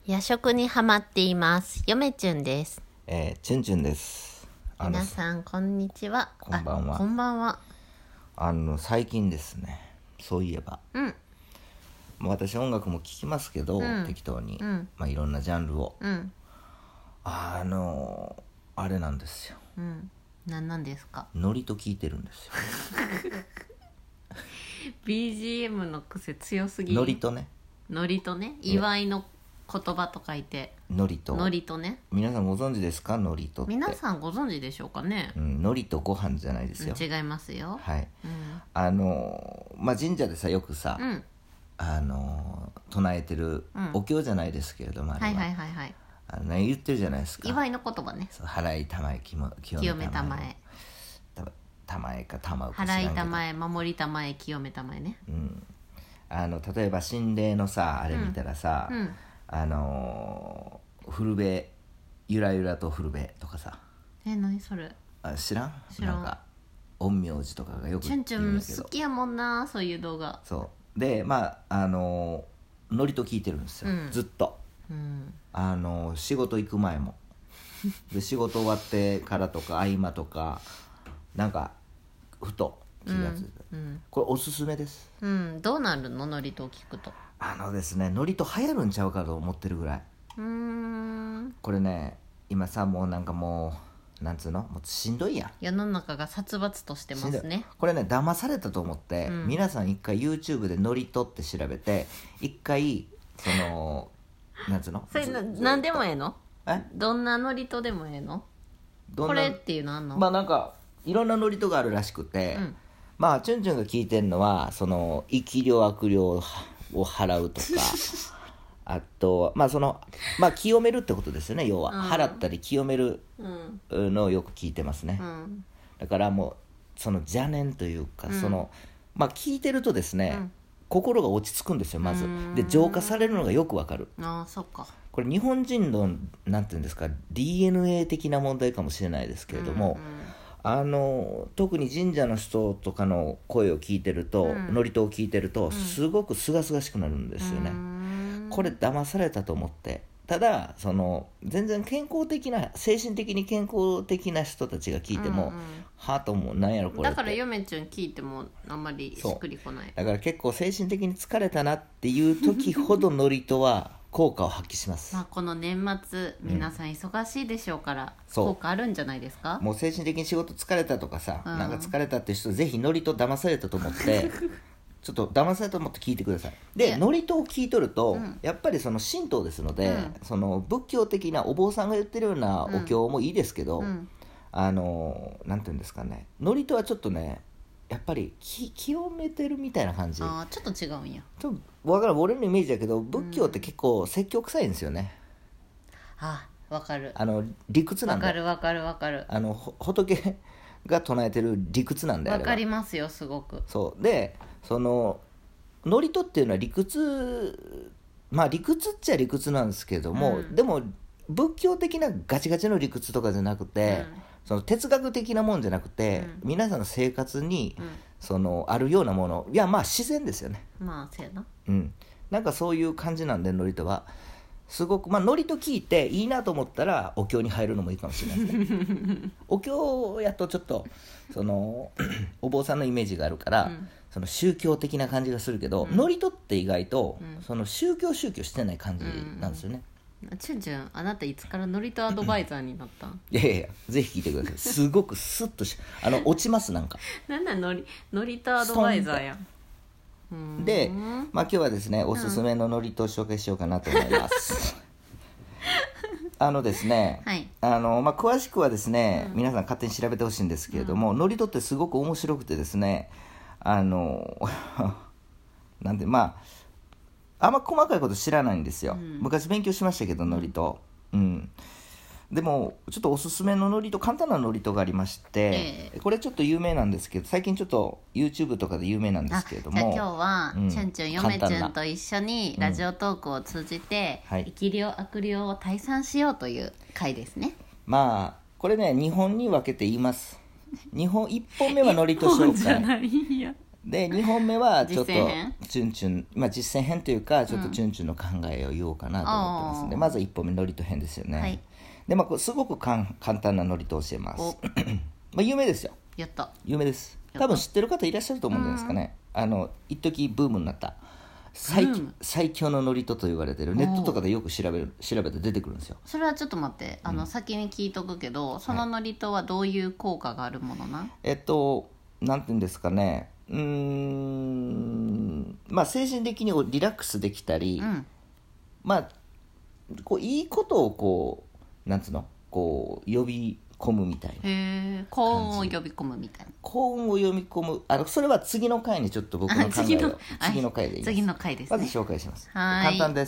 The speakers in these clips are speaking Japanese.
夜食にハマっています。よめちゅんです。 チュンチュンです。 皆さんこんにちは。 こんばんは。 こんばんは。 最近ですね、そういえば、私音楽も聴きますけど、適当に、いろんなジャンルを、あれなんですよ。 何なんですか？ ノリと聴いてるんですよ。 BGM の癖強すぎ。 ノリとね。 ノリとね。祝いの言葉と書いて。 ノリと。 ノリとね。 皆さんご存知ですか？ノリとって。 皆さんご存知でしょうかね。 ノリとご飯じゃないですよ。 違いますよ。 はい。神社でさよくさ、唱えてるお経じゃないですけれども、あれは言ってるじゃないですか。 祝いの言葉ね。 払いたまえ清めたまえ。たまえかたまうか知らんけど。 払いたまえ守りたまえ清めたまえね。 例えば心霊のさあれ見たらさ、古部ゆらゆらと古部とかさ。 何それ？ 知らん？なんか陰陽師とかがよく言うんだけど。 チュンチュン好きやもんな、そういう動画。 そうでノリと聞いてるんですよ、ずっと、仕事行く前もで仕事終わってからとか合間とかなんかふと気がついた、これおすすめです。 どうなるの？ノリと聞くとですね、ノリと流行るんちゃうかと思ってるぐらい。これね、今さもうなんかもうなんつうの、もうしんどいやん。 世の中が殺伐としてますね。 これね、騙されたと思って、皆さん一回 YouTube でノリとって調べて一回なんつうの、 それ何でもええの？どんなノリとでもええの？これっていうのあんの？ なんかいろんなノリとがあるらしくて、チュンチュンが聞いてるのは生き量悪霊を払うとかあと清めるってことですよね。要は、払ったり清めるのをよく聞いてますね、だからもう邪念というか、聞いてるとですね、心が落ち着くんですよまず。で浄化されるのがよくわかる。 そっか。 これ日本人のなんていうんですか、 DNA 的な問題かもしれないですけれども、特に神社の人とかの声を聞いてると、ノリとを聞いてるとすごく清々しくなるんですよね。これ騙されたと思って。ただ全然健康的な、精神的に健康的な人たちが聞いても、はぁと思う、なんやろこれって。 だからヨメちゃん聞いてもあんまりしっくりこない。 だから結構精神的に疲れたなっていう時ほどノリとは効果を発揮します。 この年末皆さん忙しいでしょうから、効果あるんじゃないですか。 もう精神的に仕事疲れたとかさ、なんか疲れたって人ぜひノリと騙されたと思ってちょっと騙されたと思って聞いてください。でノリとを聞いとると、やっぱり神道ですので、仏教的なお坊さんが言ってるようなお経もいいですけど、なんていうんですかね、ノリとはちょっとね、やっぱり清めてるみたいな感じ。 ちょっと違うんや。 ちょっと分からん、俺のイメージだけど仏教って結構説教臭いんですよね。 わかる。 理屈なんだ。 わかる仏が唱えてる理屈なんだよ。 わかりますよ、すごく。 そうでノリとっていうのは理屈、理屈っちゃ理屈なんですけども、でも仏教的なガチガチの理屈とかじゃなくて、哲学的なもんじゃなくて、皆さんの生活に、あるようなもの、いや自然ですよね。 そうやな。 なんかそういう感じなんで、ノリとはすごく、ノリと聞いていいなと思ったらお経に入るのもいいかもしれないですね。お経やとちょっとお坊さんのイメージがあるから、宗教的な感じがするけど、ノリとって意外と、宗教してない感じなんですよね。 チュンチュン、あなたいつからノリとアドバイザーになったん？ いやぜひ聞いてください。すごくスッと落ちます。なんかなんだノリとアドバイザーやん。 で、今日はですね、おすすめのノリとを紹介しようかなと思いますですね、詳しくはですね、皆さん勝手に調べてほしいんですけれども、ノリとってすごく面白くてですね、なんであんま細かいこと知らないんですよ、昔勉強しましたけどノリと、でもちょっとおすすめのノリと、簡単なノリとがありまして、これちょっと有名なんですけど、最近ちょっと YouTube とかで有名なんですけれども、 じゃあ今日は、チュンチュンヨメチュンと一緒にラジオトークを通じて、生き量悪霊を退散しようという回ですね。 これね2本に分けて言います。1本目はノリと紹介、 で2本目はちょっと実践編チュンチュン、実践編というかちょっとチュンチュンの考えを言おうかなと思ってますんで、まず1本目ノリと編ですよね、はい、でこれすごく簡単なノリと教えます有名ですよ。 やった。 有名です。多分知ってる方いらっしゃると思うんじゃないですかね。一時ブームになった最強のノリとと言われてる、ネットとかでよく調べて出てくるんですよ。 それはちょっと待って、先に聞いとくけど、そのノリとはどういう効果があるものな、 なんていうんですかね、精神的にリラックスできたり、こういいことをこうなんつうのこう呼び込むみたいな。 へえ、幸運を呼び込むみたいな。 幸運を呼び込む。それは次の回にちょっと僕の考えを次の回で言います。 次の回ですね。 まず紹介します。 はい、 簡単です。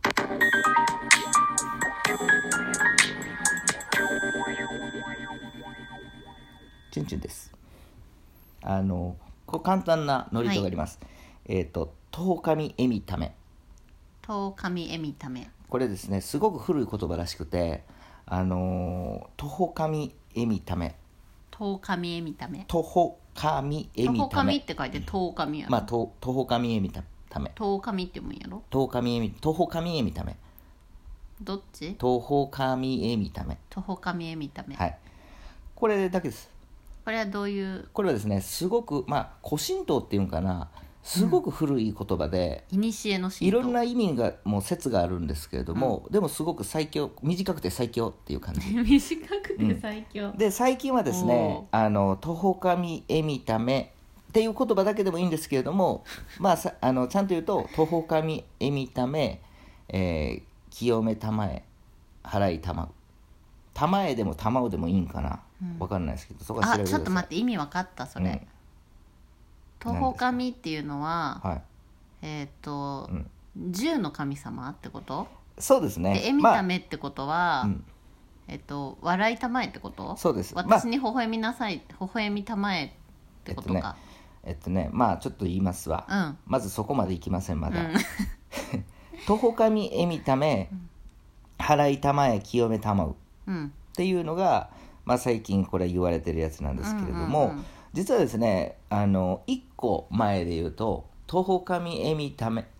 チュンチュンです。これ簡単なノリとがあります。とほかみえみため。 とほかみえみため。 これですね、すごく古い言葉らしくて、とほかみえみため。 とほかみえみため。 とほかみえみため。 とほかみって書いてとほかみやろ。 とほかみえみため。 とほかみってもんやろ。 とほかみえみため。 どっち？ とほかみえみため。 とほかみえみため。 はい。これだけです。 これはどういう？ これはですね、すごく古神道っていうんかな、すごく古い言葉で、 いにしえの神道、 いろんな意味がもう説があるんですけれども、でもすごく最強、短くて最強っていう感じ。 短くて最強。 で最近はですね、とほかみえみためっていう言葉だけでもいいんですけれども、ちゃんと言うととほかみえみため、清めたまえ払いたまう。たまえでもたまうでもいいんかな、分かんないですけど、そこは調べてください。 ちょっと待って、意味分かったそれ。とほかみっていうのは、 はい、 10の神様ってこと？ そうですね。 えみためってことは、笑いたまえってこと？ そうです。 私に微笑みなさい、微笑みたまえってことか。 ちょっと言いますわ、まずそこまでいきませんまだ。とほかみえみため、払いたまえ清めたまうっていうのが、最近これ言われてるやつなんですけれども、実はですね、1個前で言うととほかみえみため、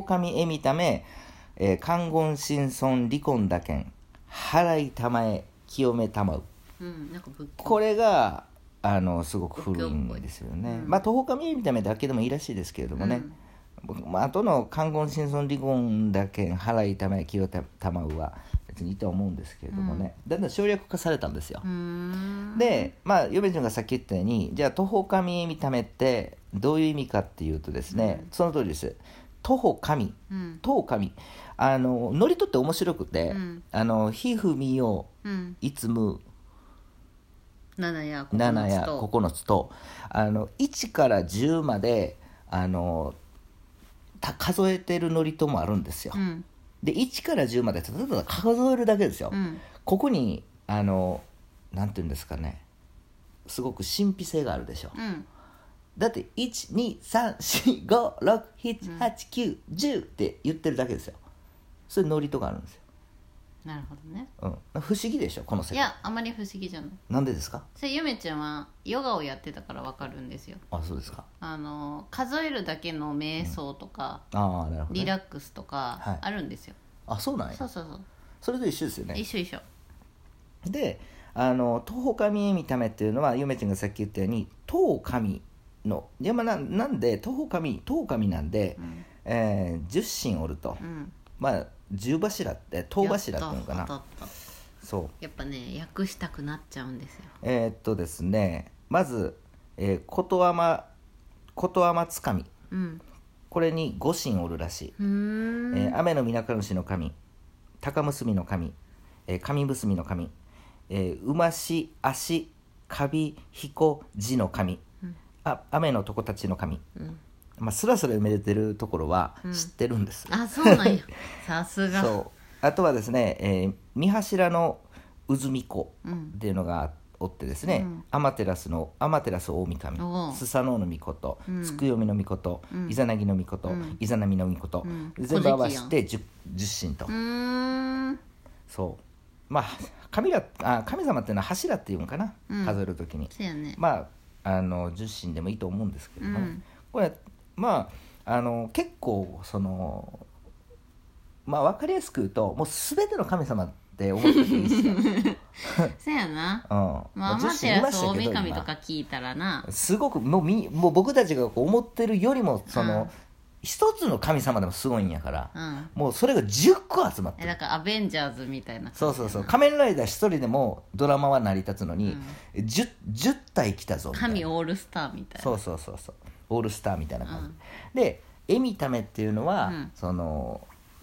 観言神尊離婚だけん払いたまえ清めたまう、これがすごく古いんですよね。とほかみえみためだけでもいいらしいですけれどもね、後の観言神尊離婚だけん払いたまえ清めたまうは別にいいと思うんですけれどもね、だんだん省略化されたんですよ。で嫁ちゃんがさっき言ったように、じゃあとほかみえみためってどういう意味かっていうとですね、その通りです。とほかみ、とほかみ、ノリとって面白くて、ひふみよ、いつむ 7や 9つと1から10まで数えてるノリともあるんですよ。で1から10までただ数えるだけですよ。ここになんていうんですかね、すごく神秘性があるでしょ。だって 1,2,3,4,5,6,7,8,9,10 って言ってるだけですよ。それノリとかあるんですよ。 なるほどね。 不思議でしょこの世界。 いや、あまり不思議じゃない。 なんでですか？ それゆめちゃんはヨガをやってたから分かるんですよ。 あ、そうですか。 数えるだけの瞑想とか、 なるほどね、 リラックスとかあるんですよ。 あ、そうなんや。 そう。 それと一緒ですよね。 一緒。 でとほかみえみためっていうのはゆめちゃんがさっき言ったようにと神のなんでとほかみなんで、10神おると、10柱って10柱っていうのかな。そうやっぱね訳したくなっちゃうんですよ。 ですね、まず、ことあまつかみ、これに5神おるらしい。雨の水主の神、高結びの神、神結びの神、馬し足カビ彦地の神、雨の床たちの神、スラスラ埋めてるところは知ってるんです。 あ、そうなんや。さすが。 そう。あとはですね、三柱の渦巫女っていうのがおってですね、天照大神、スサノオノミコト、つくよみのみこと、イザナギのみこと、イザナミのみこと、全部合わせて 10神と。そう。神様っていうのは柱っていうのかな、数えるときに。 そうやね。 10神でもいいと思うんですけども、これまあ結構そのまあ分かりやすく言うともう全ての神様って思ってていいですよそうやな、 まあアマテラス大神とか聞いたらなすごくもう僕たちがこう思ってるよりもその、一つの神様でもすごいんやから、もうそれが10個集まってる。 だからアベンジャーズみたいな。 そう仮面ライダー一人でもドラマは成り立つのに、10体来たぞみたいな。 神オールスターみたいな。 そうオールスターみたいな感じ、でエミタメっていうのは、その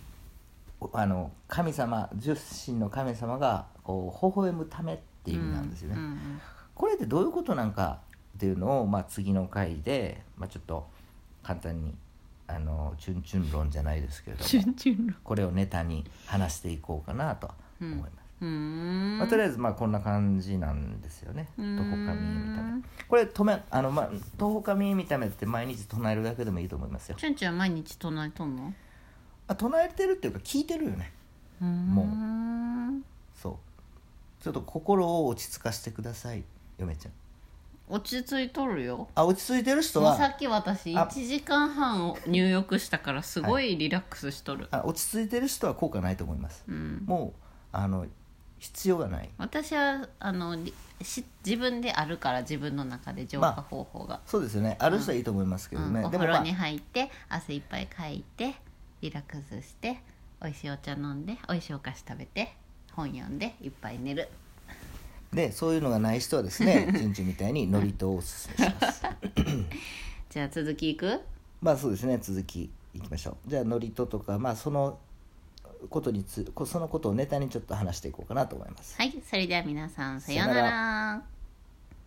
神様10神の神様がこう微笑むためっていう意味なんですよね、これってどういうことなんかっていうのを、まあ、次の回で、まあ、ちょっと簡単にチュンチュン論じゃないですけれどもこれをネタに話していこうかなと思います、まあ、とりあえずまあこんな感じなんですよね。徒歩神見た目これ徒歩神見た目って毎日唱えるだけでもいいと思いますよ。 チュンチュンは毎日唱えとんの？ 唱えてるっていうか聞いてるよね。もうそうちょっと心を落ち着かせてください嫁ちゃん。 落ち着いとるよ。 落ち着いてる人はさっき私1時間半を入浴したからすごいリラックスしとる、 落ち着いてる人は効果ないと思います、もう必要がない。 私は自分であるから自分の中で浄化方法が、 そうですよね、ある人はいいと思いますけどね、 お風呂に入って汗いっぱいかいてリラックスしておいしいお茶飲んでおいしいお菓子食べて本読んでいっぱい寝る。 でそういうのがない人はですねチュンチュンみたいにノリとをおすすめしますじゃあ続きいく？ まあそうですね、続きいきましょう。じゃあノリとか、まあそのことをネタにちょっと話していこうかなと思います。 はい、それでは皆さんさようなら。